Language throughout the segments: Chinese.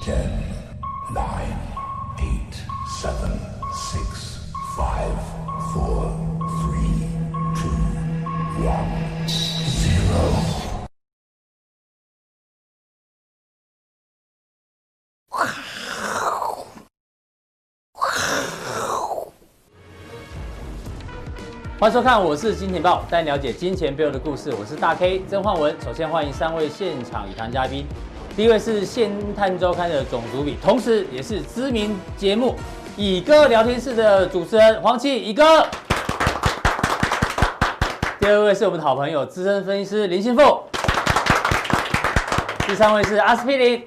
10, 9, 8, 7, 6, 5, 4, 3, 2, 1, 0. 欢迎收看，我是金钱豹，带你了解金钱背后的故事。我是大 K 曾焕文。首先欢迎3位现场语谈嘉宾，第一位是《现探周刊》的总主笔，同时也是知名节目《乙哥聊天室》的主持人黄启乙哥。第二位是我们的好朋友资深分析师林信富。第三位是阿司匹林。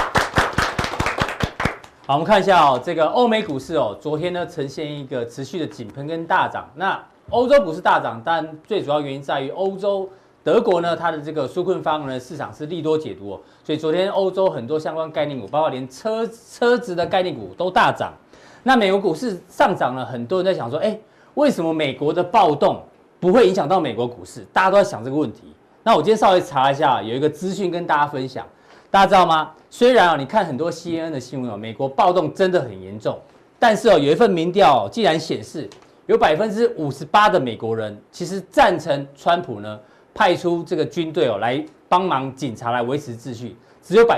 好，我们看一下这个欧美股市昨天呢呈现一个持续的井喷跟大涨。那欧洲股市大涨，但最主要原因在于欧洲德国呢，它的这个纾困方案呢，市场是利多解读所以昨天欧洲很多相关概念股，包括连车子的概念股都大涨。那美国股市上涨了，很多人在想说，为什么美国的暴动不会影响到美国股市？大家都在想这个问题。那我今天稍微查一下，有一个资讯跟大家分享，大家知道吗？虽然你看很多 CNN 的新闻美国暴动真的很严重，但是有一份民调竟然显示，有58%的美国人其实赞成川普呢派出这个军队来帮忙警察来维持秩序，只有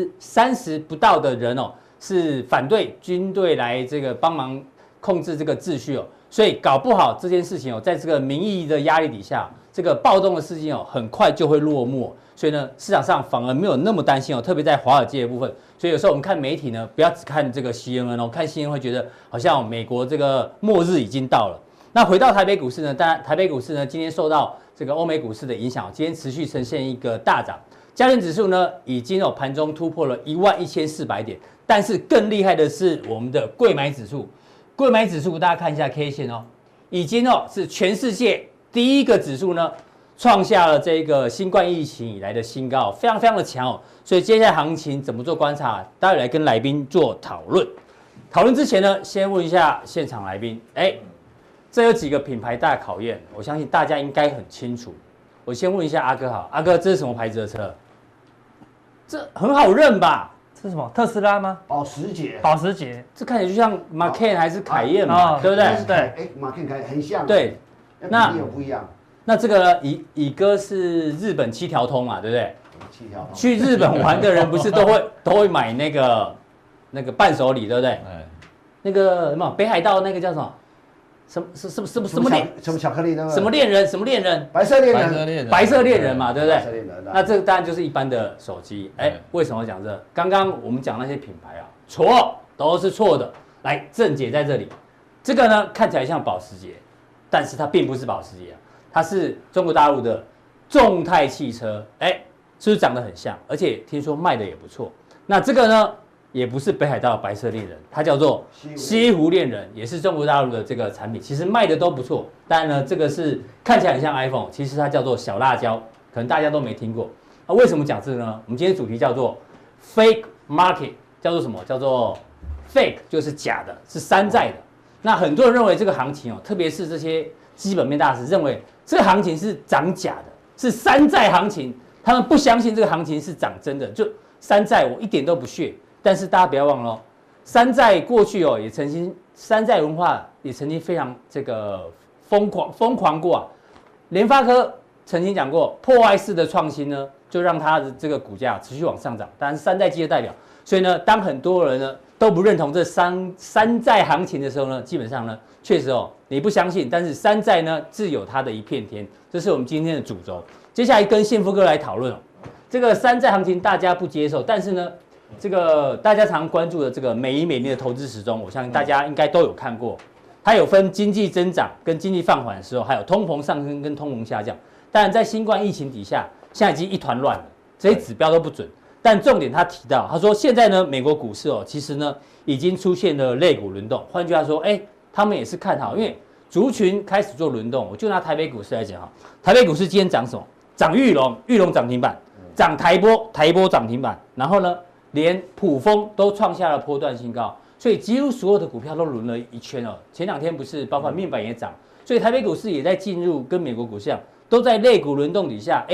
30%不到的人是反对军队来这个帮忙控制这个秩序所以搞不好这件事情在这个民意的压力底下，这个暴动的事情很快就会落幕。所以呢，市场上反而没有那么担心特别在华尔街的部分。所以有时候我们看媒体呢，不要只看这个 CNN 看 CNN 会觉得好像美国这个末日已经到了。那回到台北股市呢，当然台北股市呢今天受到这个欧美股市的影响，今天持续呈现一个大涨。加权指数呢已经盘中突破了11400点，但是更厉害的是我们的柜买指数。柜买指数大家看一下 K 线已经是全世界第一个指数呢。创下了这个新冠疫情以来的新高，非常非常的强所以接下来行情怎么做观察，待会来跟来宾做讨论。讨论之前呢，先问一下现场来宾，这有几个品牌大考验，我相信大家应该很清楚。我先问一下阿哥好，阿哥这是什么牌子的车？这很好认吧？ 这是什么？特斯拉吗？ 保时捷， 保时捷， 这看起来就像 Macan 还是凯宴嘛，对不对？ 对，Macan 凯很像。 对， 那有不一样。 那这个呢，乙哥是日本7条通嘛，对不对 ？7条通。去日本玩的人不是都会买那个伴手礼，对不对？那个什么北海道那个叫什么？什么恋？ 什么巧克力那个？ 什么恋人？什么恋人？ 白色恋人。 白色恋人嘛，对不对？ 白色恋人。 那这个当然就是一般的手机。为什么讲这？刚刚我们讲那些品牌错，都是错的。来，正解在这里。这个呢看起来像保时捷，但是它并不是保时捷它是中国大陆的众泰汽车，是不是长得很像？而且听说卖的也不错。那这个呢，也不是北海道白色恋人，它叫做西湖恋人，也是中国大陆的这个产品，其实卖的都不错。当然呢，这个是看起来很像 iPhone， 其实它叫做小辣椒，可能大家都没听过。那为什么讲这个呢？我们今天主题叫做 Fake Market， 叫做什么？叫做 Fake， 就是假的，是山寨的。那很多人认为这个行情特别是这些基本面大师认为这个行情是涨假的，是山寨行情，他们不相信这个行情是涨真的，就山寨我一点都不屑。但是大家不要忘了山寨过去也曾经山寨文化也曾经非常这个疯狂过联发科曾经讲过，破坏式的创新呢，就让它的这个股价持续往上涨，当然山寨机的代表。所以呢，当很多人呢都不认同这山寨行情的时候呢，基本上呢，确实你不相信，但是山寨呢自有它的一片天，这是我们今天的主轴。接下来跟幸福哥来讨论这个山寨行情大家不接受，但是呢，这个大家常关注的这个美银美孚的投资时钟，我相信大家应该都有看过，它有分经济增长跟经济放缓的时候，还有通膨上升跟通膨下降。当然在新冠疫情底下，现在已经一团乱了，这些指标都不准。但重点他提到，他说现在呢，美国股市其实呢已经出现了类股轮动。换句话说，他们也是看好，因为族群开始做轮动。我就拿台北股市来讲台北股市今天涨什么？涨裕隆涨停板，涨台波涨停板，然后呢，连普丰都创下了波段新高，所以几乎所有的股票都轮了一圈前2天不是包括面板也涨，所以台北股市也在进入跟美国股市一样，都在类股轮动底下，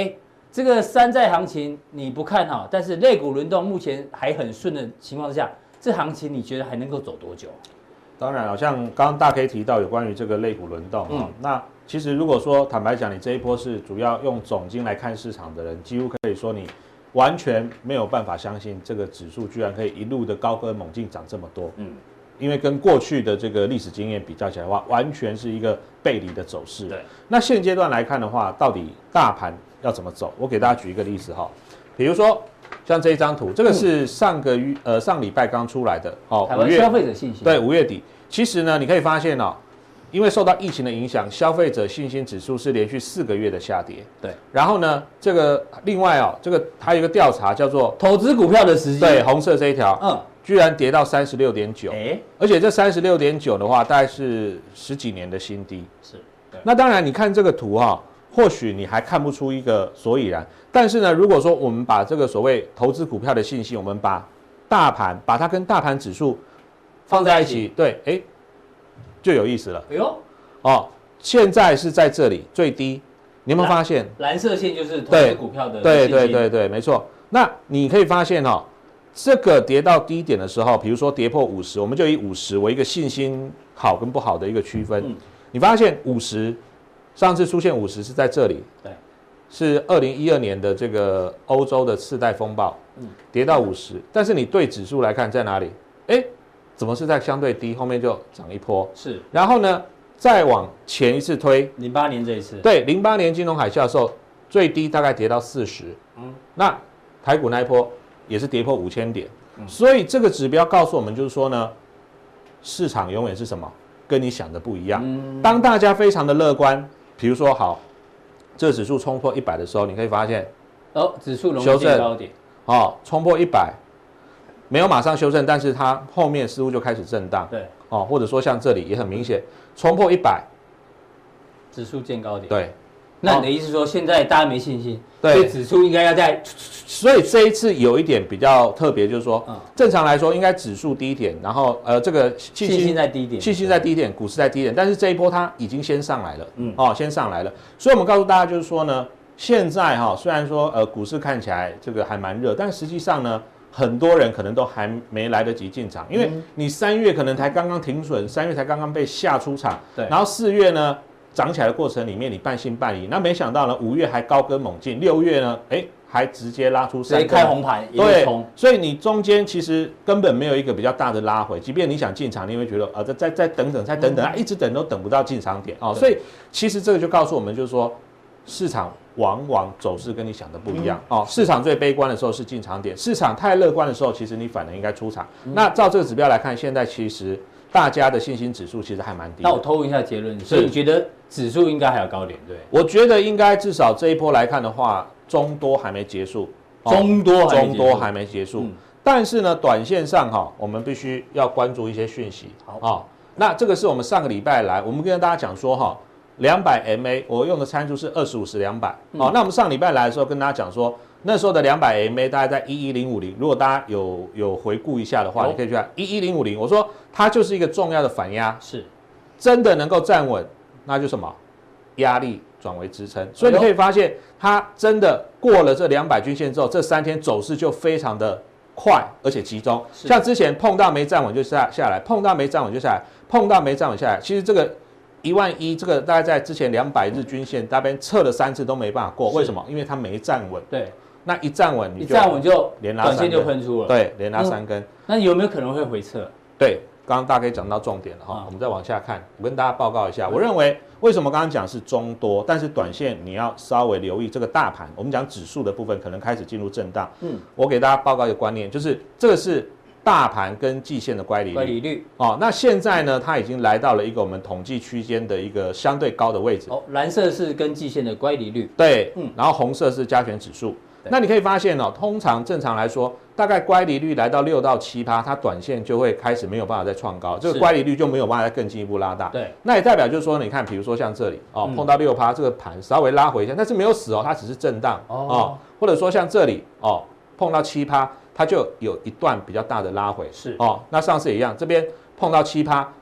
这个山寨行情你不看好，但是类股轮动目前还很顺的情况下，这行情你觉得还能够走多久？ 当然，像刚刚大 K 提到有关于这个类股轮动那其实如果说坦白讲，你这一波是主要用总经来看市场的人，几乎可以说你完全没有办法相信这个指数居然可以一路的高歌猛进涨这么多。因为跟过去的这个历史经验比较起来的话，完全是一个背离的走势。 对， 那现阶段来看的话，到底大盘要怎么走？我给大家举一个例子比如说像这一张图，这个是上礼拜刚出来的台湾消费者信心。 对，5月底。其实呢，你可以发现因为受到疫情的影响，消费者信心指数是连续4个月的下跌。 对， 然后呢，这个另外这个还有一个调查叫做投资股票的时机。 对，红色这一条，居然跌到36.9，而且这36.9的话，大概是10几年的新低。 是， 那当然，你看这个图或许你还看不出一个所以然，但是呢，如果说我们把这个所谓投资股票的信息，我们把把它跟大盘指数放在一起，对，就有意思了。现在是在这里最低，你有没有发现？ 蓝色线就是投资股票的信心。 对，没错。那你可以发现这个跌到低点的时候，比如说跌破50，我们就以50为一个信心好跟不好的一个区分。你发现50，上次出现50是在这里， 对， 是2012年的这个欧洲的次贷风暴，跌到50。但是你对指数来看在哪里？怎么是在相对低，后面就涨一波？ 是。 然后呢，再往前一次推 ，08年这一次， 对，08年金融海啸的时候，最低大概跌到40。那台股那一波也是跌破5000点。所以这个指标告诉我们，就是说呢，市场永远是什么？跟你想的不一样。当大家非常的乐观，比如说这个指数冲破100的时候，你可以发现， 指数容易见高点， 冲破100。没有马上修正，但是它后面似乎就开始震荡。 对， 或者说像这里也很明显，冲破100， 指数见高点。 对， 那你的意思是说，现在大家没信心， 对， 所以指数应该要在， 所以这一次有一点比较特别，就是说，正常来说应该指数低点，然后这个信心在低点， 信心在低点，股市在低点，但是这一波它已经先上来了，先上来了，所以我们告诉大家就是说呢，现在虽然说股市看起来这个还蛮热，但实际上呢，很多人可能都还没来得及进场，因为你3月可能才刚刚停损，3月才刚刚被下出场， 对， 然后4月呢涨起来的过程里面你半信半疑，那没想到呢5月还高歌猛进，6月呢还直接拉出3根， 开红盘， 对，所以你中间其实根本没有一个比较大的拉回，即便你想进场，你会觉得再等等，一直等都等不到进场点所以其实这个就告诉我们，就是说市场往往走势跟你想的不一样市场最悲观的时候是进场点，市场太乐观的时候，其实你反而应该出场。那照这个指标来看，现在其实大家的信心指数其实还蛮低的。 那我偷问一下结论，所以你觉得指数应该还有高点，对？ 我觉得应该至少这一波来看的话，中多还没结束， 中多还没结束。但是呢，短线上我们必须要关注一些讯息。那这个是我们上个礼拜来，我们跟大家讲说200 MA， 我用的参数是20/50-200。那我们上礼拜来的时候跟大家讲说，那时候的200 MA 大概在11050。如果大家有回顾一下的话，你可以去看11050。我说它就是一个重要的反压， 是真的能够站稳，那就什么压力转为支撑。所以你可以发现，它真的过了这200均线之后，这3天走势就非常的快而且集中。像之前碰到没站稳就下来，碰到没站稳就下来，碰到没站稳下来。其实这个11000这个大概在之前200日均线那边测了3次都没办法过，为什么？因为它没站稳。 对， 那一站稳就连拉3根， 短线就喷出了。 对，连拉3根。 那有没有可能会回撤？ 对，刚刚大概讲到重点了我们再往下看，我跟大家报告一下，我认为为什么刚刚讲是中多，但是短线你要稍微留意这个大盘，我们讲指数的部分可能开始进入震荡。我给大家报告一个观念，就是这个是大盘跟季线的乖离率那现在呢，它已经来到了一个我们统计区间的一个相对高的位置。 蓝色是跟季线的乖离率， 对，然后红色是加权指数。那你可以发现通常正常来说，大概乖离率来到6到7%，它短线就会开始没有办法再创高，这个乖离率就没有办法再更进一步拉大。 对， 那也代表就是说，你看，比如说像这里碰到6%，这个盘稍微拉回一下，但是没有死它只是震荡或者说像这里碰到7%，它就有一段比较大的拉回。 是那上次也一样，这边碰到7%，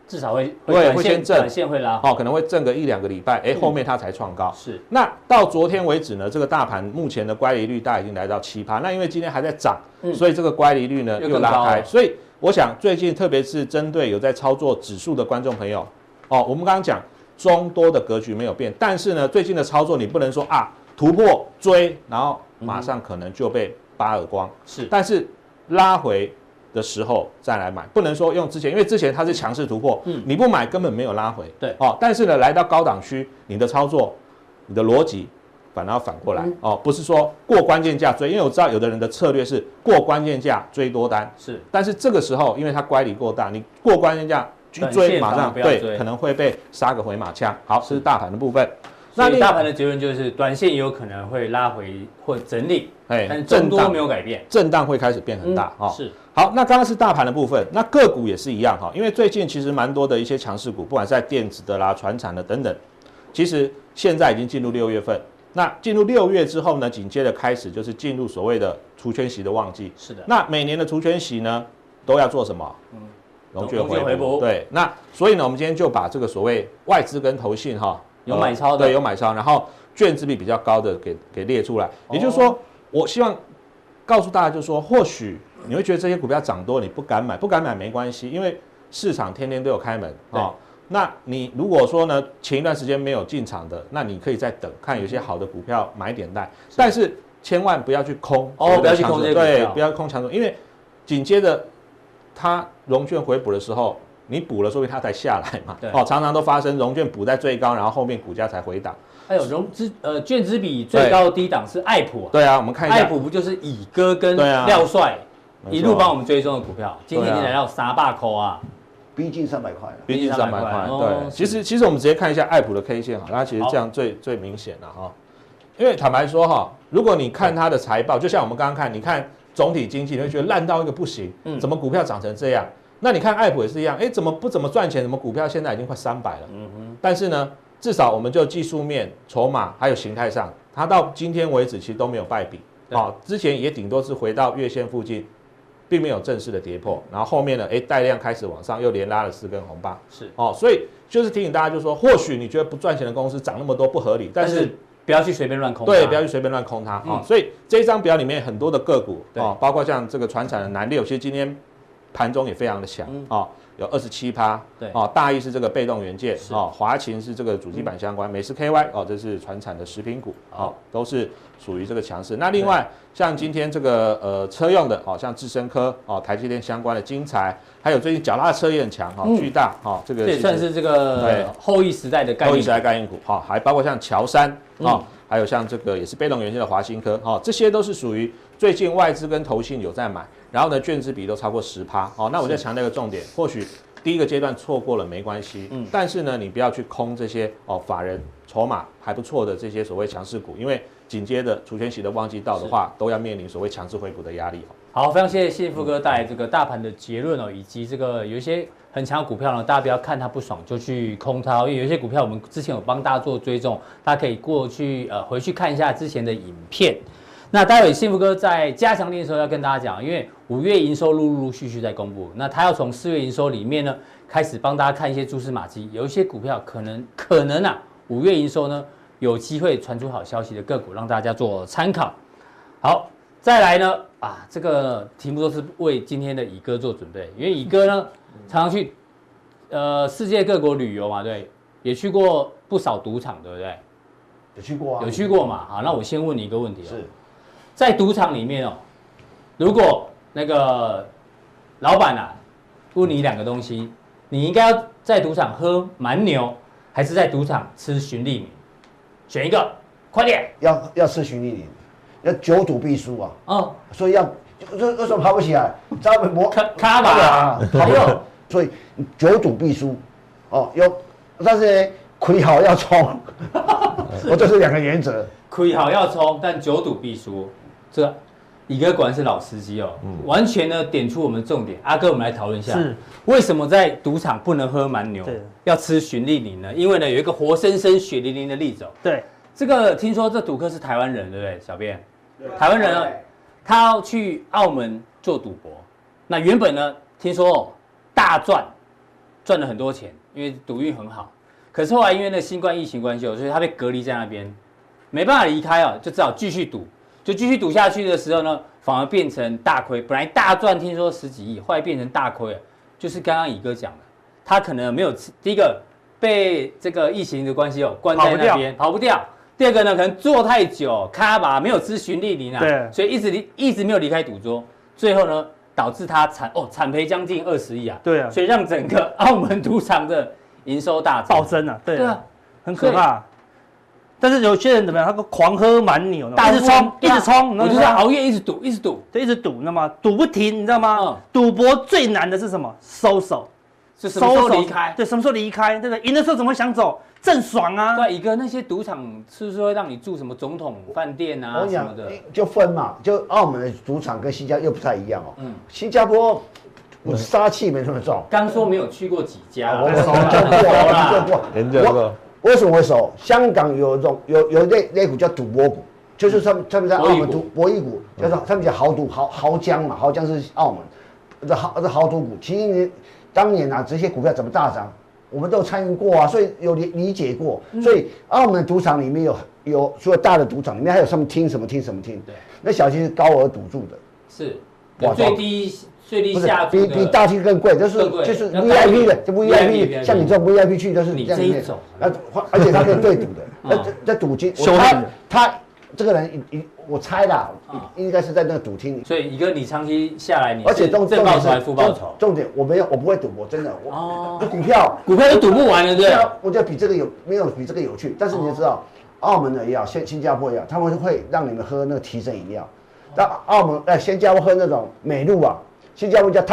至少会先震， 短线会拉， 可能会震个1-2个礼拜，后面它才创高。 是。 那到昨天为止呢，这个大盘目前的乖离率大概已经来到7%，那因为今天还在涨，所以这个乖离率呢又拉开。所以我想最近特别是针对有在操作指数的观众朋友，我们刚刚讲中多的格局没有变，但是呢，最近的操作你不能说突破追，然后马上可能就被扒耳光， 是。 但是拉回的时候再来买，不能说用之前，因为之前它是强势突破，你不买根本没有拉回， 对， 但是呢，来到高档区，你的操作，你的逻辑反而要反过来，不是说过关键价追，因为我知道有的人的策略是过关键价追多单， 是， 但是这个时候因为它乖离过大，你过关键价去追，马上对，可能会被杀个回马枪。好，这是大盘的部分。 那大盘的结论就是，短线有可能会拉回或整理，但震多没有改变， 震荡会开始变很大是。 好，那刚刚是大盘的部分，那个股也是一样因为最近其实蛮多的一些强势股，不管是在电子的啦、传产的等等，其实现在已经进入6月份。那进入6月之后呢，紧接着开始就是进入所谓的除权息的旺季。 是的。 那每年的除权息呢，都要做什么？融券回补。对。那所以呢，我们今天就把这个所谓外资跟投信有买超的， 对，有买超，然后券资比比较高的给列出来。也就是说，我希望告诉大家，就是说，或许你会觉得这些股票涨多，你不敢买，不敢买没关系，因为市场天天都有开门那你如果说呢，前一段时间没有进场的，那你可以再等，看有些好的股票买点带，但是千万不要去空不要去空这些股票， 对，不要空强势，因为紧接着它融券回补的时候。你补了，说明它才下来嘛。 对， 常常都发生融券补在最高，然后后面股价才回档。 还有券资比最高的低档是爱普对啊，我们看一下， 爱普不就是乙哥跟廖帅一路帮我们追踪的股票，今天已经来到300块啊， 逼近300块了， 逼近300块。对，其实我们直接看一下爱普的 K 线它其实这样最明显了因为坦白说如果你看它的财报，就像我们刚刚看，你看总体经济，你会觉得烂到一个不行，怎么股票涨成这样？那你看爱普也是一样，怎么不怎么赚钱？怎么股票现在已经快300了？但是呢，至少我们就技术面、筹码还有形态上，它到今天为止其实都没有败笔。之前也顶多是回到月线附近，并没有正式的跌破。然后后面呢，带量开始往上，又连拉了4根红棒。 是所以就是提醒大家，就是说，或许你觉得不赚钱的公司涨那么多不合理，但是不要去随便乱空它。 对，不要去随便乱空它所以这一张表里面很多的个股包括像这个传产的南六，其实今天盘中也非常的强有27%， 对大益是这个被动元件华勤是这个主机板相关，美式 KY 这是传产的食品股都是属于这个强势。那另外像今天这个车用的像智伸科台积电相关的精材，还有最近脚踏车也很强巨大这个也算是这个后疫时代的概念股还包括像乔山还有像这个也是被动元件的华新科这些都是属于最近外资跟投信有在买。然后呢，券资比都超过10%，那我再强调一个重点，或许第一个阶段错过了没关系，但是呢，你不要去空这些法人筹码还不错的这些所谓强势股，因为紧接着除权息的旺季到的话，都要面临所谓强势回补的压力好，非常谢谢幸福哥带来这个大盘的结论以及这个有一些很强的股票呢，大家不要看它不爽就去空它，因为有一些股票我们之前有帮大家做追踪，大家可以过去回去看一下之前的影片。那待会幸福哥在加强力的时候要跟大家讲，因为5月营收陆陆续续在公布，那他要从4月营收里面呢开始帮大家看一些蛛丝马迹，有一些股票可能5月营收呢有机会传出好消息的个股，让大家做参考。好，再来呢这个题目都是为今天的乙哥做准备，因为乙哥呢常常去世界各国旅游嘛，对，也去过不少赌场，对不对？ 有去过有去过嘛？好，那我先问你一个问题是。 在赌场里面如果那个老板问你2个东西，你应该要在赌场喝蛮牛，还是在赌场吃循利米？选一个，快点！ 要吃循利米，要久赌必输所以为什么爬不起来？扎本磨卡吧， 还有，所以久赌必输但是呢，亏好要冲，这是2个原则。 亏好要冲，但久赌必输。这个乙哥果然是老司机完全呢点出我们的重点。阿哥，我们来讨论一下，为什么在赌场不能喝蛮牛，要吃循利米呢？因为呢有一个活生生血淋淋的例子对， 这个听说这赌客是台湾人，对不对？小编，台湾人他要去澳门做赌博，那原本呢听说大赚赚了很多钱，因为赌运很好。可是后来因为那新冠疫情关系，所以他被隔离在那边，没办法离开啊，就只好继续赌。就继续赌下去的时候呢，反而变成大亏。本来大赚，听说10几亿，后来变成大亏了。就是刚刚乙哥讲的，他可能没有第一个被这个疫情的关系关在那边跑不掉。第二个呢，可能坐太久，卡吧没有咨询莅临啊， 对， 所以一直没有离开赌桌。最后呢，导致他惨赔将近20亿啊。 对啊， 所以让整个澳门赌场的营收大暴增啊，对啊， 很可怕。但是有些人怎么样？他狂喝蛮牛，一直冲，一直冲， 我就是熬夜一直赌，一直赌， 对，一直赌，你知道吗？赌不停，你知道吗？赌博最难的是什么？收手， 是什么时候离开？ 对，什么时候离开？对不对？赢的时候怎么会想走？正爽啊！ 对，一个那些赌场是不是会让你住什么总统饭店啊什么的？ 就分嘛，就澳门的赌场跟新加坡又不太一样哦。新加坡杀气没那么重。 刚说没有去过几家， 我研究过。为什么会熟？香港有类股叫赌博股，就是他们在澳门赌博弈股，叫做他们叫豪赌豪江嘛，豪江是澳门的豪赌股。其实你当年啊，这些股票怎么大涨，我们都参与过啊，所以有理解过。所以澳门赌场里面有除了大的赌场里面还有什么厅。对，那小厅是高额赌注的， 是最低下注比大厅更贵，就是 VIP 的，就 VIP， 像你这种 VIP 去就是这样子，而且他可以对赌的，在赌金，他这个人我猜啦，应该是在那个赌厅里。 所以一个你长期下来，你而且正报酬还负报酬。 重点我不会赌博，真的我股票都赌不完了，对不对？ 我觉得比这个没有比这个有趣，但是你要知道，澳门的也好，新加坡也好，他们会让你们喝那个提神饮料。但澳门新加坡喝那种美露啊。新加坡叫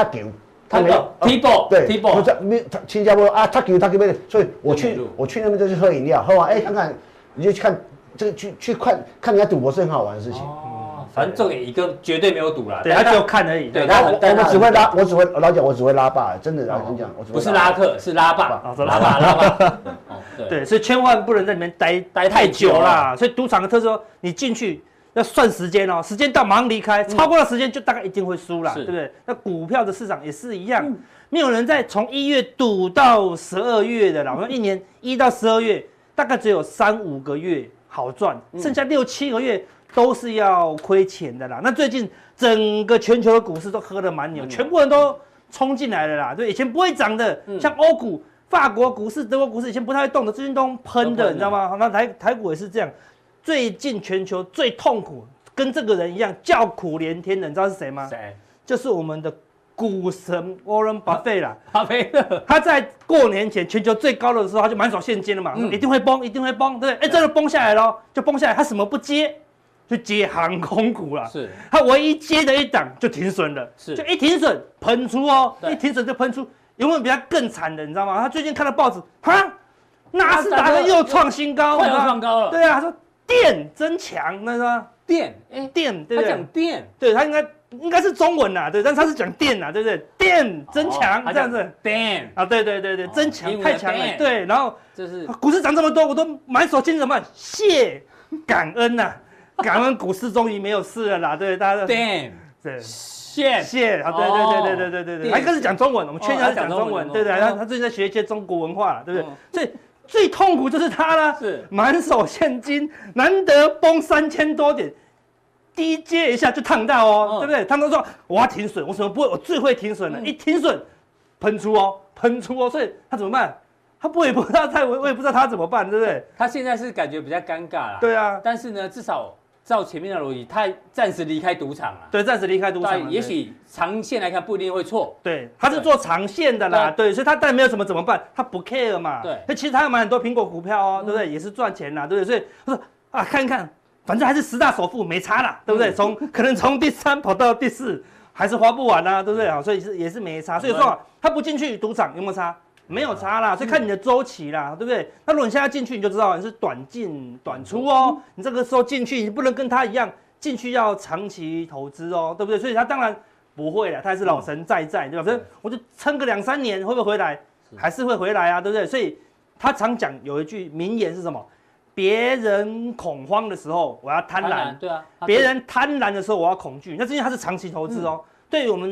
Tibo， 对 ，Tibo， 新加坡啊 Tibo， 所以我去那边就是喝饮料，喝完看看，你就去看这个去看人家赌博是很好玩的事情。 反正重点一个绝对没有赌啦， 对他只有看而已。 对， 我只会拉，我只会拉霸，真的跟你讲， 不是拉客是拉霸，拉霸。 对，所以千万不能在里面待太久啦。所以赌场的特色，你进去。要算时间哦，时间到马上离开，超过了时间就大概一定会输啦，对不对？那股票的市场也是一样，没有人在从1月赌到12月的啦。我们一年1到12月，大概只有3、5个月好赚，剩下6、7个月都是要亏钱的啦。那最近整个全球的股市都喝得蛮牛，全部人都冲进来了啦。对，以前不会涨的，像欧股、法国股市、德国股市以前不太会动的，最近都喷的，你知道吗？那台股也是这样。最近全球最痛苦，跟这个人一样叫苦连天的，你知道是谁吗？ 谁？就是我们的股神 Warren Buffett 啦。 巴菲特， 他在过年前全球最高的时候，他就满手现金了嘛，一定会崩，对不对？真的崩下来了，就崩下来，他什么不接？就接航空股了。是，他唯一接的一档就停损了，就一停损喷出哦，一停损就喷出。有没有比他更惨的？你知道吗？他最近看到报纸，纳斯达克又创新高， 快要创高了。 对啊，他说。电增强，那个电，对不对？ 他讲电， 对他应该是中文啦，对，但是他是讲电啦，对不对？电增强这样子， 电啊，对，增强太强了，对，然后就是股市涨这么多，我都满手金怎么办？感恩呐，感恩股市终于没有事了啦，对，大家电， 对， 谢， 啊，对，他应该是讲中文，我们劝他讲中文，对，他最近在学一些中国文化，对不对？所以。最痛苦就是他啦，是满手现金，难得崩3000多点，低接一下就烫到哦，对不对？他们都说我要停损，我什么不会？我最会停损了，一停损喷出哦，所以他怎么办？我也不知道我也不知道他怎么办，对不对？ 他现在是感觉比较尴尬啦， 对啊， 但是呢，至少。照前面的逻辑，他暂时离开赌场了。 对，暂时离开赌场， 也许长线来看不一定会错。 对，他是做长线的啦，对，所以他当然没有什么怎么办，他不 care 嘛。对，那其实他有买很多苹果股票哦，对不对？也是赚钱啦，对不对？所以他说啊，看一看，反正还是10大首富，没差啦，对不对？可能从第3跑到第4，还是花不完啦，对不对？所以也是没差。所以说他不进去赌场有没有差？没有差啦，所以看你的周期啦，对不对？那如果你现在进去，你就知道你是短进短出哦。你这个时候进去，你不能跟他一样进去要长期投资哦，对不对？所以他当然不会了，他还是老神在在，对吧？所以我就撑个2、3年，会不会回来？还是会回来啊，对不对？所以他常讲有一句名言是什么？别人恐慌的时候，我要贪婪；对啊，别人贪婪的时候，我要恐惧。那因为他是长期投资哦。对于我们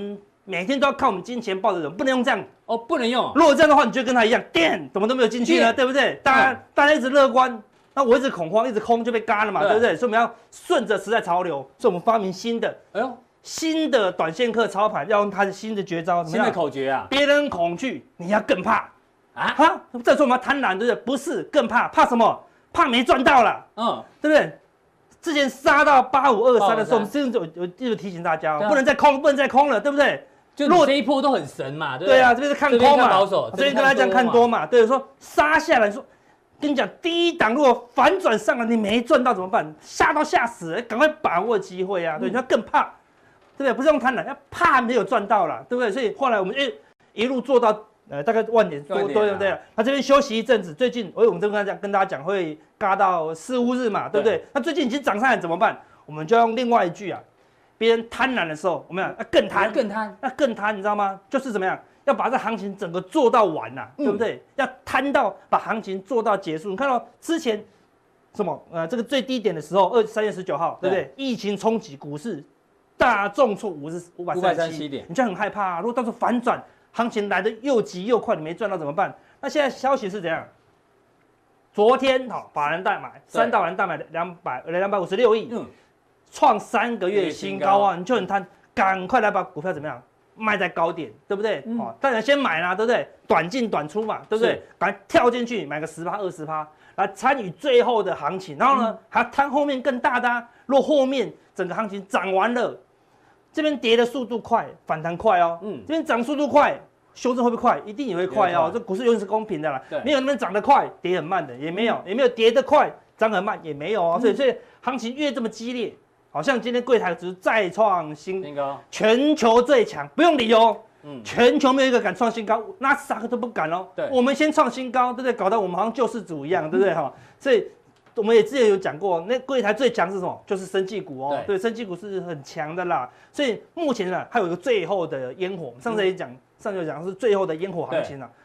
每天都要靠我们金钱豹的人，不能用这样哦，不能用。 如果这样的话，你就跟他一样，怎么都没有进去呢？对不对？大家一直乐观，那我一直恐慌，一直空就被嘎了嘛，对不对？所以我们要顺着时代潮流，所以我们发明新的短线客操盘，要用它的新的绝招， 新的口诀啊！ 别人恐惧，你要更怕啊！这时候我们要贪婪，对不对？不是更怕什么？怕没赚到了，对不对？之前杀到8523的时候，我们甚至有提醒大家，不能再空了，对不对？ 就你这一波都很神嘛，对不对？ 对啊，这边是看空嘛， 保守， 这边跟大家讲看多嘛，对，说杀下来，说跟你讲，第一档如果反转上来，你没赚到怎么办？吓死了，赶快把握机会啊！对，你要更怕，对不对？不是用贪婪，要怕没有赚到了，对不对？所以后来我们一路做到大概1万点多，对不对？那这边休息一阵子，最近我们跟大家讲会嘎到4、5日嘛，对不对？那最近已经涨上来怎么办？我们就要用另外一句啊。别人贪婪的时候，我们要更贪，那更贪，你知道吗？就是怎么样，要把这行情整个做到完呐，对不对？要贪到把行情做到结束。你看到之前什么？这个最低点的时候，3月19号，对不对？疫情冲击股市大重挫537点，你就很害怕啊。如果到时候反转，行情来的又急又快，你没赚到怎么办？那现在消息是怎样？昨天法人代买，3大法人代买256亿。创3个月新高啊！你就很贪，赶快来把股票怎么样卖在高点，对不对？当然先买啦，对不对？短进短出嘛，对不对？赶快跳进去买个10%、20%，来参与最后的行情。然后呢，还要贪后面更大的啊！如果后面整个行情涨完了，这边跌的速度快，反弹快哦。这边涨速度快，修正会不会快？一定也会快哦。这股市永远是公平的啦，没有那边涨得快，跌很慢的，也没有跌得快，涨很慢，也没有哦。所以行情越这么激烈。好像今天柜台指数再创新高，全球最强，不用理由，全球没有一个敢创新高，纳斯达克都不敢哦。对，我们先创新高，对不对？搞得我们好像救世主一样，对不对哈？所以我们也之前有讲过，那柜台最强是什么？就是生技股哦。对，生技股是很强的啦。所以目前呢，还有一个最后的烟火，上次讲是最后的烟火行情啊。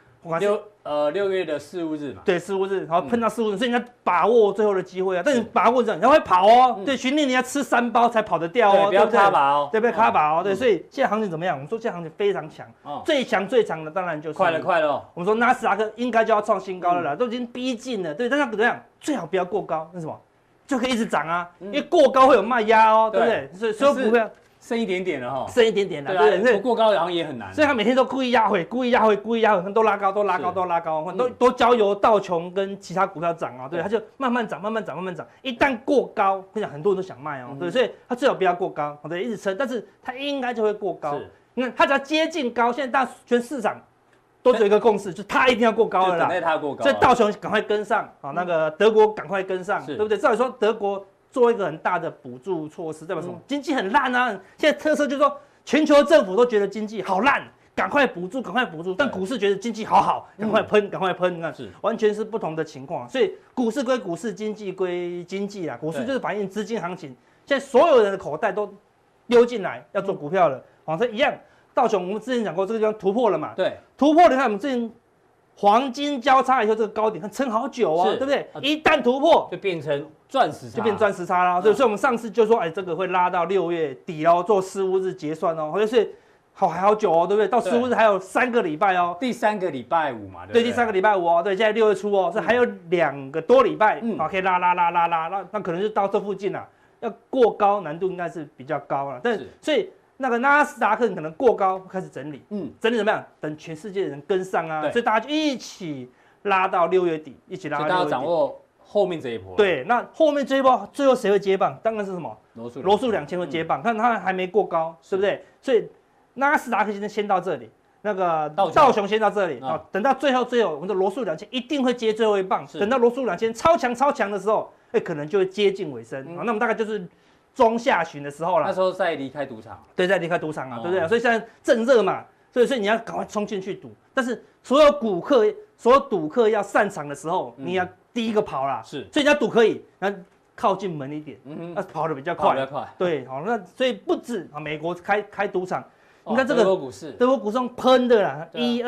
6月的4、5日嘛， 对，4、5日，然后碰到4、5日，所以你要把握最后的机会啊。但你把握着，你要会跑哦。对，巡练你要吃3包才跑得掉哦， 不要卡把哦， 对，不要卡把哦。对，所以现在行情怎么样？我们说现在行情非常强，最强的当然就是快了。 我们说纳斯达克应该就要创新高了啦，都已经逼近了。对，但是怎么样？最好不要过高，那什么就可以一直涨啊，因为过高会有卖压哦，对不对？所以所有股票。 剩一点点了哈， 剩一点点了，对对， 不过高好像也很难， 所以他每天都故意压回，都拉高，都交由道琼跟其他股票涨啊，对，他就慢慢涨，一旦过高，跟你讲很多人都想卖哦，对，所以他最好不要过高，对，一直撑，但是他应该就会过高，你看他只要接近高，现在全市场都只有一个共识，就是他一定要过高了啦， 等待他过高， 所以道琼赶快跟上啊，那个德国赶快跟上，对不对？照理说德国。做一个很大的补助措施，代表什么？经济很烂啊！现在特色就是说，全球政府都觉得经济好烂，赶快补助，但股市觉得经济好，赶快喷，你看，完全是不同的情况。所以股市归股市，经济归经济啊。股市就是反映资金行情，现在所有人的口袋都溜进来要做股票了，这一样。道琼我们之前讲过，这个地方突破了嘛？对，突破，你看我们之前。黄金交叉以后，这个高点它撑好久啊，对不对？一旦突破， 就变成钻石差啦。所以我们上次就说，这个会拉到6月底哦，做15日结算哦，就是还好久哦，对不对？到15日还有3个礼拜哦， 第3个礼拜五嘛， 对，第3个礼拜五哦，对，现在6月初哦，所以还有2个多礼拜，可以拉，那可能就到这附近了，要过高难度应该是比较高了，但是所以。那个纳斯达克可能过高开始整理，整理怎么样？等全世界的人跟上啊，所以大家就一起拉到6月底，一起拉到6月底。 大家掌握后面这一波。 对，那后面这一波最后谁会接棒？当然是什么？罗素2000会接棒，看他还没过高，对不对？所以纳斯达克先到这里，那个道琼先到这里啊，等到最后，我们的罗素2000一定会接最后一棒。等到罗素2000超强的时候，可能就会接近尾声。那么大概就是。中下旬的时候了， 那时候在离开赌场， 对，在离开赌场啊，对不对？所以现在正热嘛，所以你要赶快冲进去赌。但是所有赌客要散场的时候，你要第一个跑啦，是，所以你要赌可以，那靠近门一点，那跑得比较快，对，好，那所以不止啊，美国开赌场，你看这个德国股市用喷的啦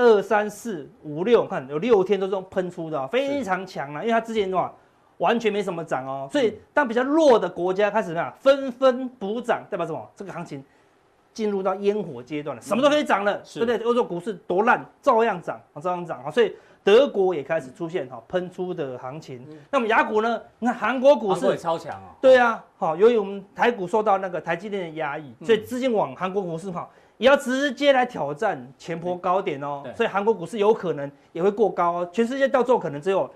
，1、2、3、4、5、6，看有6天都是用喷出的，非常强啦，因为它之前的话。完全没什么涨哦，所以当比较弱的国家开始怎么样，纷纷补涨，代表什么？这个行情进入到烟火阶段了，什么都可以涨了，对不对？欧洲股市多烂，照样涨，照样涨啊！所以德国也开始出现喷出的行情。那么雅股呢？你看韩国股市也超强哦。 对啊，由于我们台股受到那个台积电的压抑，所以资金往韩国股市跑，也要直接来挑战前波高点哦。所以韩国股市有可能也会过高哦。全世界到最后可能只有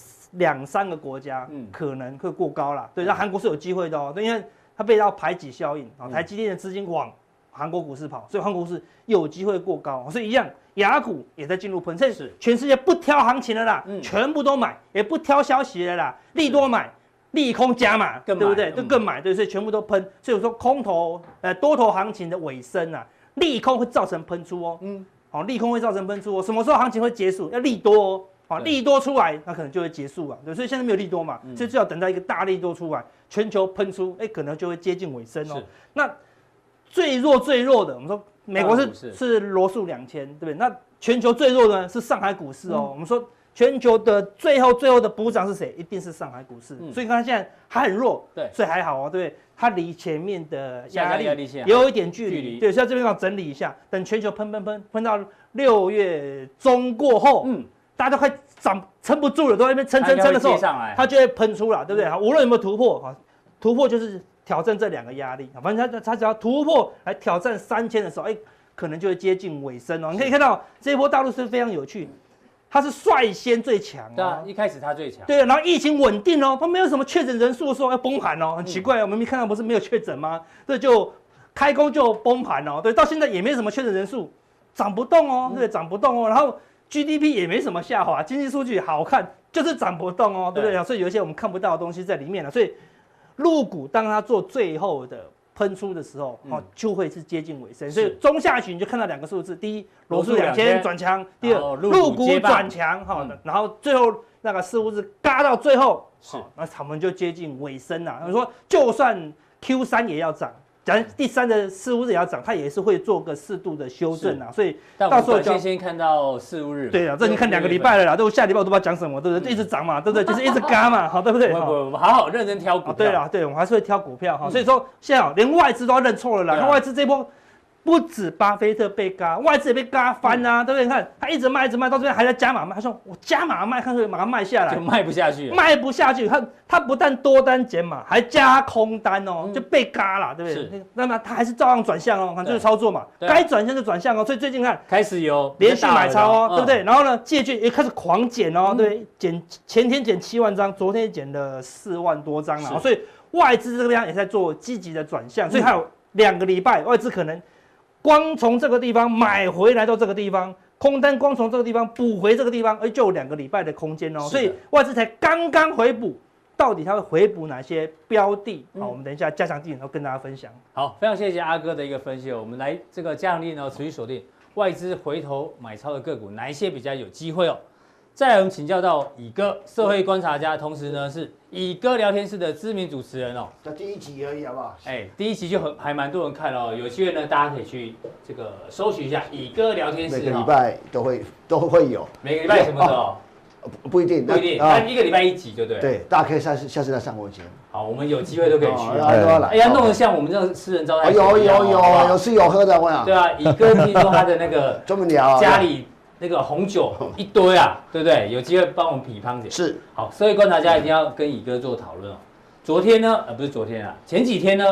2-3个国家可能会过高啦。对，那韩国是有机会的哦，因为它被到排挤效应啊，台积电的资金往韩国股市跑，所以韩国股市有机会过高，所以一样，雅股也在进入喷，这是全世界不挑行情了啦，全部都买，也不挑消息了啦，利多买，利空加码，对不对？都更买，对，所以全部都喷，所以我说空头多头行情的尾声啊，利空会造成喷出哦，好，利空会造成喷出哦，什么时候行情会结束？要利多哦。利多出来，那可能就会结束啊，对，所以现在没有利多嘛，所以就要等到一个大利多出来，全球喷出，可能就会接近尾声哦。那最弱的，我们说美国是罗素2000，对不对？那全球最弱的呢是上海股市哦。我们说全球的最后的补涨是谁？一定是上海股市。所以看它现在还很弱，对，所以还好哦，对不对？它离前面的压力有一点距离，对，所以这边要整理一下，等全球喷到6月中过后，大家都快撑不住了，都在那边撑的时候，它就会喷出了，对不对？无论有没有突破，突破就是挑战这2个压力，反正它只要突破来挑战3000的时候，可能就会接近尾声哦。你可以看到这一波大陆是非常有趣，它是率先最强哦， 对啊，一开始它最强， 对，然后疫情稳定哦，它没有什么确诊人数的时候要崩盘哦，很奇怪哦，我们看到不是没有确诊吗？这就开工就崩盘哦，对，到现在也没什么确诊人数，涨不动哦，对，涨不动哦，然后。GDP 也没什么下滑，经济数据好看，就是涨不动哦，对不对？所以有一些我们看不到的东西在里面了。所以，陆股当它做最后的喷出的时候，就会是接近尾声。所以中下旬就看到2个数字：第一，罗素2000转强；第二，陆股转强。然后最后那个似乎是嘎到最后，那他们就接近尾声了。我说，就算 Q3 也要涨。假如第3的四五日也要涨，它也是会做个适度的修正啊，所以到时候就先看到4、5日。 对啊，这你看2个礼拜了啦，都下礼拜我都不知道讲什么，对不对？一直涨嘛，对不对？就是一直嘎嘛，好，对不对？ 我们好好认真挑股票。 对啦，对，我们还是会挑股票哈。所以说现在连外资都要认错了啦，看外资这波。不止巴菲特被嘎，外资也被嘎翻啊，对不对？你看他一直卖，到这边还在加码卖，他说我加码卖，看可以马上卖下来， 就卖不下去， 他不但多单减码，还加空单哦，就被嘎了，对不对？那么他还是照样转向哦，看这个操作嘛，该转向就转向哦，所以最近看开始有连续买超哦，对不对？然后呢，借券也开始狂减哦，对，前天减7万张，昨天减了4万多张了，所以外资这个地方也在做积极的转向，所以还有2个礼拜，外资可能。光从这个地方买回来到这个地方，空单光从这个地方补回这个地方，就有2个礼拜的空间哦，所以外资才刚刚回补，到底它会回补哪些标的？好，我们等一下加强定，然后跟大家分享。 好，非常谢谢阿哥的一个分析，我们来这个加强定呢持续锁定外资回头买超的个股，哪一些比较有机会哦？再来我们请教到乙哥，社会观察家，同时呢是乙哥聊天室的知名主持人哦。 这第1集而已，好不好？ 第1集就还蛮多人看哦，有机会呢大家可以去这个搜寻一下乙哥聊天室， 每个礼拜都会有。 每个礼拜什么时候？ 不一定， 但1个礼拜1集就对了。 对，大家可以下次再上我节目。 好，我们有机会都可以去。 哎呀，弄得像我们这种私人招待。 有吃有喝的，我想。 对啊，乙哥听说他的那个专门聊家里。那个红酒一堆啊，对不对？有机会帮我们匹乓点。 是， 好，社会观察家一定要跟乙哥做讨论哦。昨天呢，不是昨天啊，前几天呢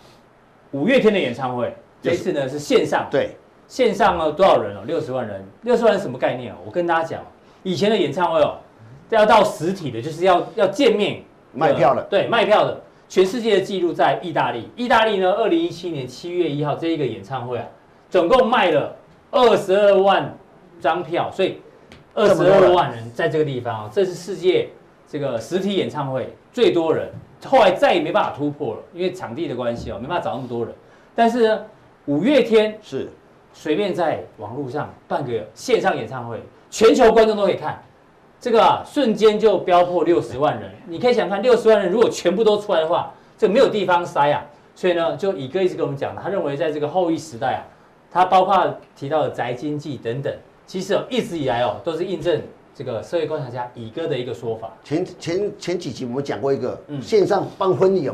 ，5月天的演唱会，这次呢是线上。 对， 线上呢多少人哦？60万人。60万人什么概念哦？我跟大家讲，以前的演唱会哦，要到实体的，就是要见面卖票的。 对，卖票的。全世界的记录在意大利。意大利呢，2017年7月1号这一个演唱会啊，总共卖了22万。张票，所以22万人在这个地方，这是世界这个实体演唱会最多人，后来再也没办法突破了，因为场地的关系哦，没办法找那么多人。但是呢，5月天是随便在网络上办个线上演唱会，全球观众都可以看，这个啊瞬间就飙破60万人。你可以想看60万人如果全部都出来的话，这没有地方塞啊。所以呢，就乙哥一直跟我们讲，他认为在这个后疫时代啊，他包括提到的宅经济等等。其实一直以来都是印证这个社会观察家乙哥的一个说法。 前几集我们讲过一个线上办婚礼有没有？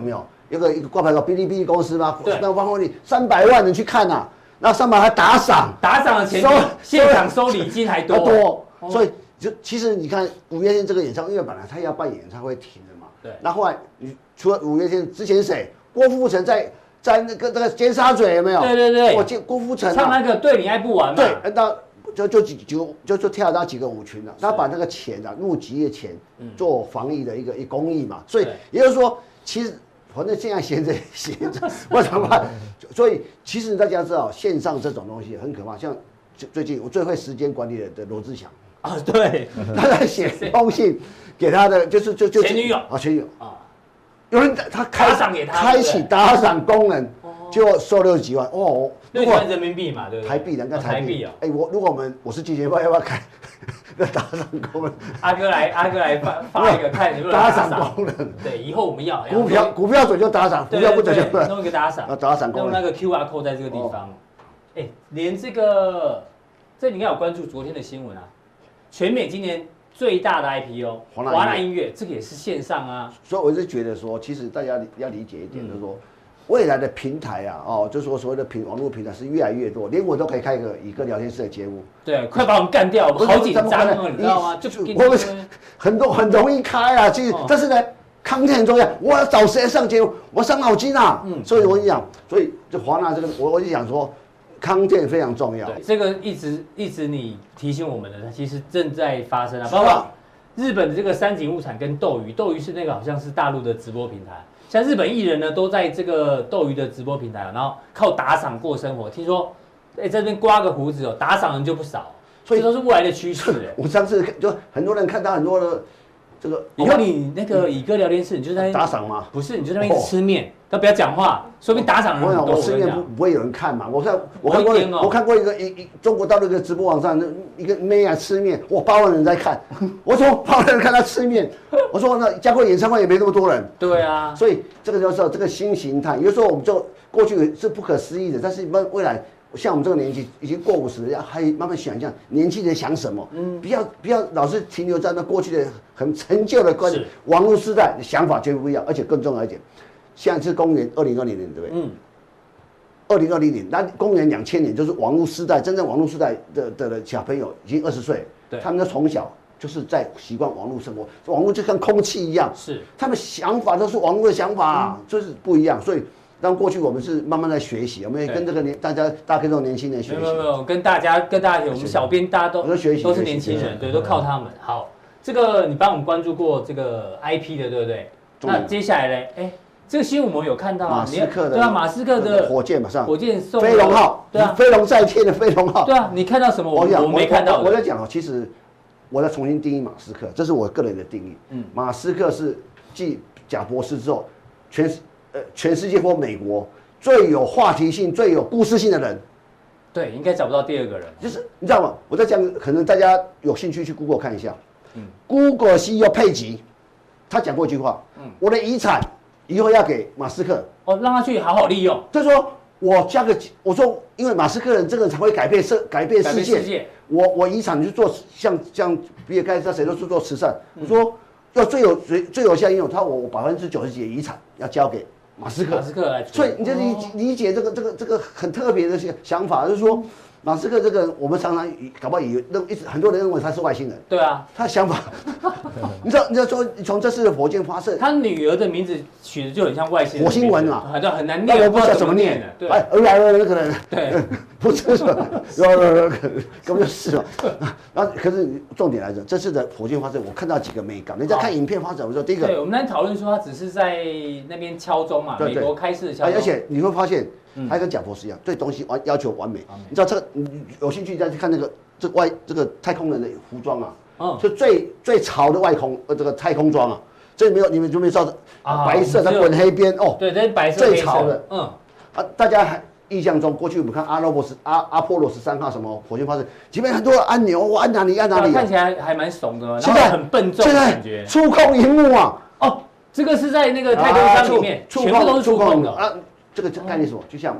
一个挂牌个哔哩哔哩公司嘛，那汪峰利300万人去看呐，那300还打赏的钱比现场收礼金还多， 所以其实你看五月天这个演唱会，因为本来他要办演唱会停了嘛， 对， 那后来除了五月天之前谁？郭富城在那个尖沙咀有没有？ 对， 我见郭富城唱那个对你爱不完嘛， 对，那就跳到几个舞群了，他把那个钱啊，募集的钱做防疫的一个公益嘛，所以也就是说，其实反正现在闲着，我怎么办？所以其实大家知道，线上这种东西很可怕，像最近我最会时间管理的罗志祥啊，对， 他在写封信给他的就前女友啊，前女友啊，有人他打赏给他， 开启打赏功能。就收60几万哦 ，60几万人民币嘛，对不对？ 台币的，应该台币啊。 哎，如果我是季节报，要不要开那打赏功能？ 阿哥来发一个看有没有打赏功能。 对，以后我们要股票准就打赏，股票不准就不弄一个打赏。 打赏功能， 用那个 QR code 在这个地方。哎，连这你应该有关注昨天的新闻啊，全美今年最大的 IPO 华纳音乐，这个也是线上啊。 所以我是觉得说，其实大家要理解一点，就是说。未来的平台啊，就是说所谓的网络平台是越来越多，连我都可以开一个宇哥聊天室的节目。 对，快把我们干掉，我好紧张哦，你知道吗？就我们很容易开啊，其实但是呢，content很重要，我要找谁上节目，我伤脑筋啊。所以我跟你讲，所以就华纳这个，我就想说，content非常重要。 这个一直你提醒我们的，它其实正在发生啊，包括日本的这个三井物产跟斗鱼是那个好像是大陆的直播平台。像日本艺人呢，都在这个斗鱼的直播平台，然后靠打赏过生活。听说，在这边刮个胡子哦，打赏人就不少，所以都是未来的趋势。 我上次就很多人看到很多的这个， 以后你那个乙哥聊天室，你就在打赏吗？ 不是，你就在那边吃面，都不要讲话，说不定打赏人很多。 我吃面不会有人看嘛？我看过一个中国大陆一个直播网上，一个妹啊吃面，哇8万人在看，我说8万人看他吃面，我说那加过演唱会也没那么多人。 对啊， 所以这个就是这个新形态，有时候我们就过去是不可思议的，但是未来。像我们这个年纪已经过50了，要还慢慢想象年轻人想什么，不要老是停留在那过去的很陈旧的观念，网络时代的想法绝对不一样，而且更重要一点，现在是公元2020年，对不对？2020年，那公元2000年就是网络时代，真正网络时代的小朋友已经20岁，他们从小就是在习惯网络生活，网络就像空气一样， 是他们想法都是网络的想法，就是不一样，所以。但过去我们是慢慢在学习，我们也跟这个大家跟这种年轻人学习。 没有，跟大家一起，我们小编大家都是年轻人，对，都靠他们。好，这个你帮我们关注过这个 IP 的，对不对？那接下来呢？哎，这个新闻我们有看到啊， 马斯克的对啊，马斯克的火箭嘛，上火箭送飞龙号，对啊，飞龙在天的飞龙号， 对啊，你看到什么？我没看到。 我在讲啊，其实我在重新定义马斯克，这是我个人的定义。马斯克是继贾博士之后，全世界或美国。最有话题性、最有故事性的人， 对，应该找不到第二个人。 就是你知道吗？我在讲，可能大家有兴趣去 Google 看一下。Google CEO 佩吉，他讲过一句话：我的遗产以后要给马斯克， 让他去好好利用。 他说我说，因为马斯克人这个人才会改变世界。我遗产去做像比尔盖茨谁都是做慈善。我说要最有效应用，我90%几的遗产要交给。马斯克来， 所以你就理解这个很特别的想法，就是说马斯克这个我们常常搞不好很多人认为他是外星人。 对啊， 他的想法，你知道说从这次的火箭发射， 他女儿的名字取的就很像外星人， 火星文嘛， 很难念， 我不知道怎么念的。对，那个人， 对， 不是说，根本就是嘛。然后可是重点来讲，这次的火箭发射，我看到几个美感。你在看影片发展，我说第一个， 对，我们在讨论说他只是在那边敲钟嘛，美国开市敲钟， 而且你会发现。他跟贾博士一样，对东西要求完美。你知道这个，你有兴趣再去看那个这个太空人的服装啊，是最潮的这个太空装啊，这你们就没知道白色的滚黑边哦， 对，这是白色最潮的，大家还印象中，过去我们看阿波罗13号什么火箭发射，前面很多按钮，我按哪里， 看起来还蛮怂的，然后很笨重的感觉， 触控荧幕啊， 这个是在那个太空舱里面，全部都是触控的啊。 这个概念什么？就像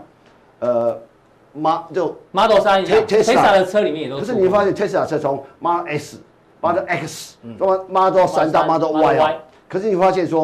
Model 3一样 ，Tesla 的车里面也都是。 可是你发现 Tesla 车从 Model S、Model X、Model 3到 Model Y 啊，可是你发现说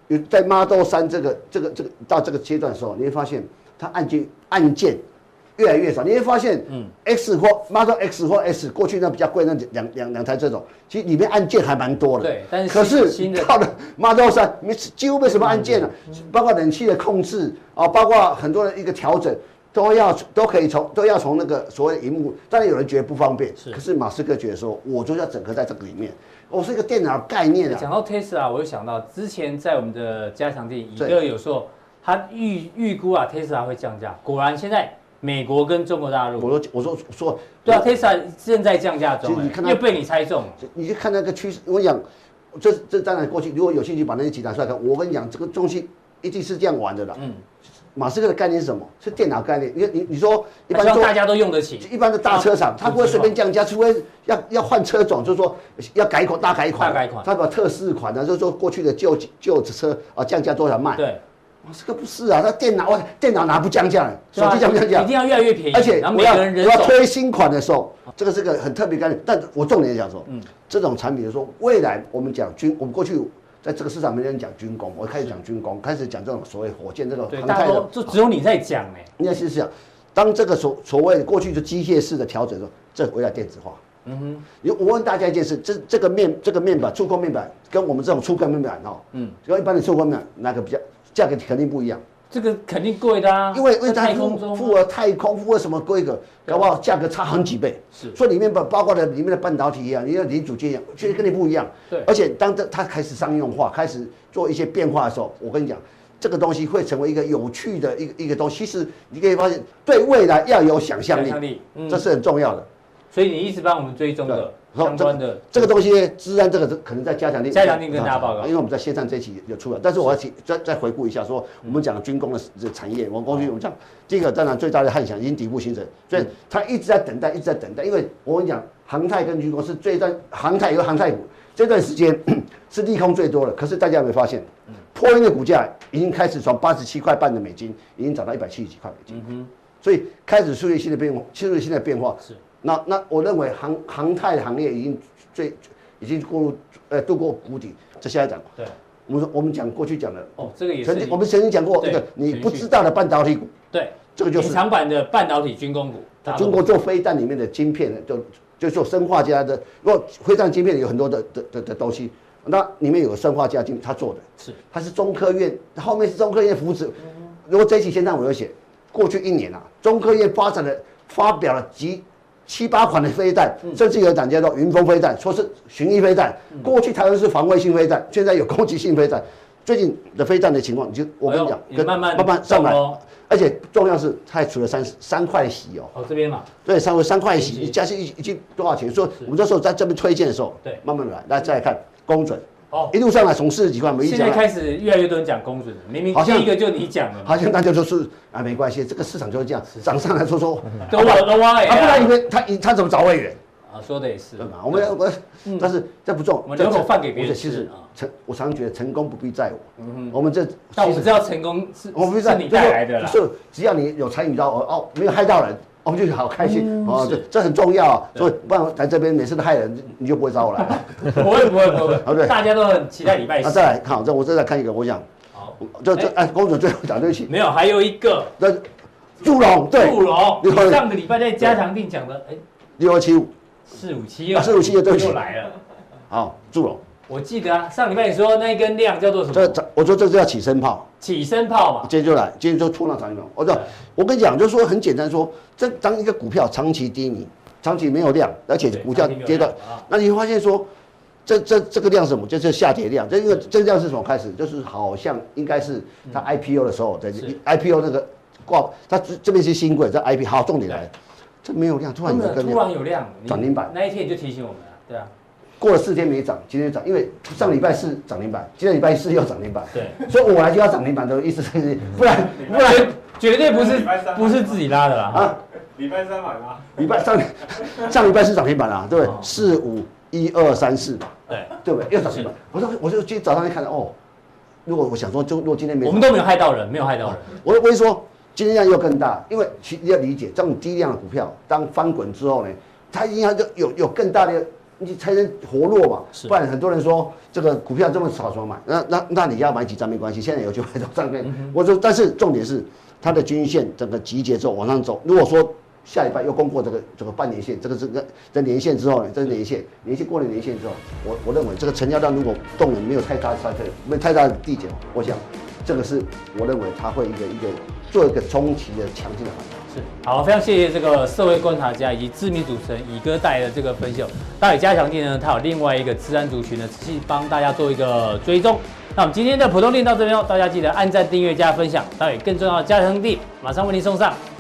在 Model 3这个到这个阶段的时候，你会发现它按键越来越少，你会发现，X 或 Model X 或 S 过去那比较贵那两台这种，其实里面按键还蛮多的。 对，但是可是到了 Model 3，几乎没什么按键了，包括冷气的控制啊，包括很多的一个调整。都要从那个所谓的萤幕，当然有人觉得不方便，可是马斯克觉得说，我就要整合在这个里面，我是一个电脑概念啊。 讲到 Tesla， 我就想到之前在我们的加强地，乙哥有说他预估啊 Tesla 会降价，果然现在美国跟中国大陆， 我说， 对啊 ，Tesla 正在降价中，又被你猜中， 你去看那个趋势，我讲，这当然过去如果有兴趣把那些集团出来看，我跟你讲，这个东西一定是这样玩的啦。马斯克的概念是什么？是电脑概念。你说一般大家都用得起， 一般的大车厂，他不会随便降价，除非要换车种，就是说要大改款。他把特仕款呢，就是说过去的旧车啊降价多少卖。对，马斯克不是啊，他电脑哪不降价？手机降不降价？ 一定要越来越便宜。 而且我要推新款的时候，这个是个很特别概念。但我重点讲说，这种产品的时候，未来我们讲我们过去。在这个市场没人讲军工，我开始讲军工，开始讲这种所谓火箭这种航太的， 就只有你在讲哎。 应该是这样，当这个所谓过去就机械式的调整的时候，这回来电子化。我问大家一件事，这个面板触控面板跟我们这种触控面板跟一般的触控面板哪个比较价格肯定不一样。 这个肯定贵的啊， 因为它符合太空符合什么规格，搞不好价格差好几倍。所以里面包括里面的半导体一样，你的零组件一样，其实跟你不一样。对，而且当它开始商用化，开始做一些变化的时候，我跟你讲，这个东西会成为一个有趣的一个东西。其实你可以发现，对未来要有想象力，这是很重要的。 所以你一直帮我们追踪的相关的这个东西，自然这个可能在加强力跟大家报告， 因为我们在线上这一期有出了，但是我要再回顾一下，说我们讲军工的产业，我们讲第一个当然最大的汉翔已经底部形成，所以它一直在等待，因为我跟你讲，航太跟军工是航太有航太股这段时间是利空最多的，可是大家有没有发现，波音的股价已经开始从87块半的美金，已经涨到170几块美金，所以开始出现新的变化，是。那我认为航太行业已经度过谷底，这下一档。对，我们讲过去讲的这个也是我们曾经讲过这个你不知道的半导体股。对，这个就是隐藏版的半导体军工股。 中国做飞弹里面的晶片就做砷化镓的，如果飞弹晶片有很多的东西，那里面有个砷化镓他做的，它是中科院，后面是中科院扶持。如果这一期线上我有写，过去1年中科院发表了7、8款的飞弹，甚至有一档叫做云峰飞弹，说是巡弋飞弹。过去台湾是防卫性飞弹，现在有攻击性飞弹。最近的飞弹的情况，我跟你讲， 慢慢上来，而且重要是它还除了3块息哦。 这边嘛， 对，3块息，你加起一斤多少钱？说我们这时候在这边推荐的时候，对，慢慢来，再来看公准。一路上来从40几块， 现在开始越来越多人讲公准了，明明第一个就你讲的， 好像大家都是没关系，这个市场就是这样，涨上来说都挖不然以为他怎么找委员说的也是， 对嘛？但是这不重， 我们人口放给别人吃。 我常觉得成功不必在我，我们但我们知道成功是你带来的啦， 就是只要你有参与到没有害到人。我们就好开心这很重要啊！所以不然来这边每次都害人，你就不会找我来了。 不会，大家都很期待礼拜4。 再来看，我再来看一个，我想，好，公主最后讲对不起， 没有，还有一个， 祝融，对， 祝融，你上个礼拜在加强定讲的 ，6275，4572，对不起， 又来了。 好，祝融。 我记得上礼拜你说那一根量叫做什么？ 我说这叫起身炮。 起身炮嘛。 今天就突然涨停板。我跟你讲，就是说很简单说，当一个股票长期低迷，长期没有量，而且股价跌到，那你会发现说，这个量是什么？就是下跌量。因为这个量是什么开始？就是好像应该是它 IPO 的时候，在 IPO 那个它这边是新贵，在 IPO 好重点来，这没有量，突然有量， 涨停板。 那一天你就提醒我们了，对啊。 过了4天没涨，今天涨，因为上礼拜4涨停板，今天礼拜4又涨停板，对，所以我来就要涨停板的意思是，不然绝对不是自己拉的啦礼拜3买吗？ 上礼拜4涨停板啦，对不对？4、5、1、2、3、4嘛，对不对？又涨停板，我就今天早上一看如果我想说，如果今天没， 我们都没有害到人， 我会说今天量又更大，因为你要理解这种低量的股票，当翻滚之后呢，它一定要有更大的你才能活络嘛。 是， 不然很多人说这个股票这么少买，那你要买几张没关系，现在有机会到上面。我说，但是重点是它的均线整个集结之后往上走。如果说下礼拜又攻过这个半年线，这年线之后呢，这年线过了年线之后，我认为这个成交量如果动能没有太大的衰退，没有太大的递减，我想这个是我认为它会做一个中期的强劲的反弹。 是，好，非常谢谢这个社会观察家以及知名主持人乙哥带来的这个分析。待会加强店呢，它有另外一个资安族群呢，仔细帮大家做一个追踪。那我们今天的普通店到这边哦，大家记得按赞、订阅、加分享。待会更重要的加强店马上为您送上。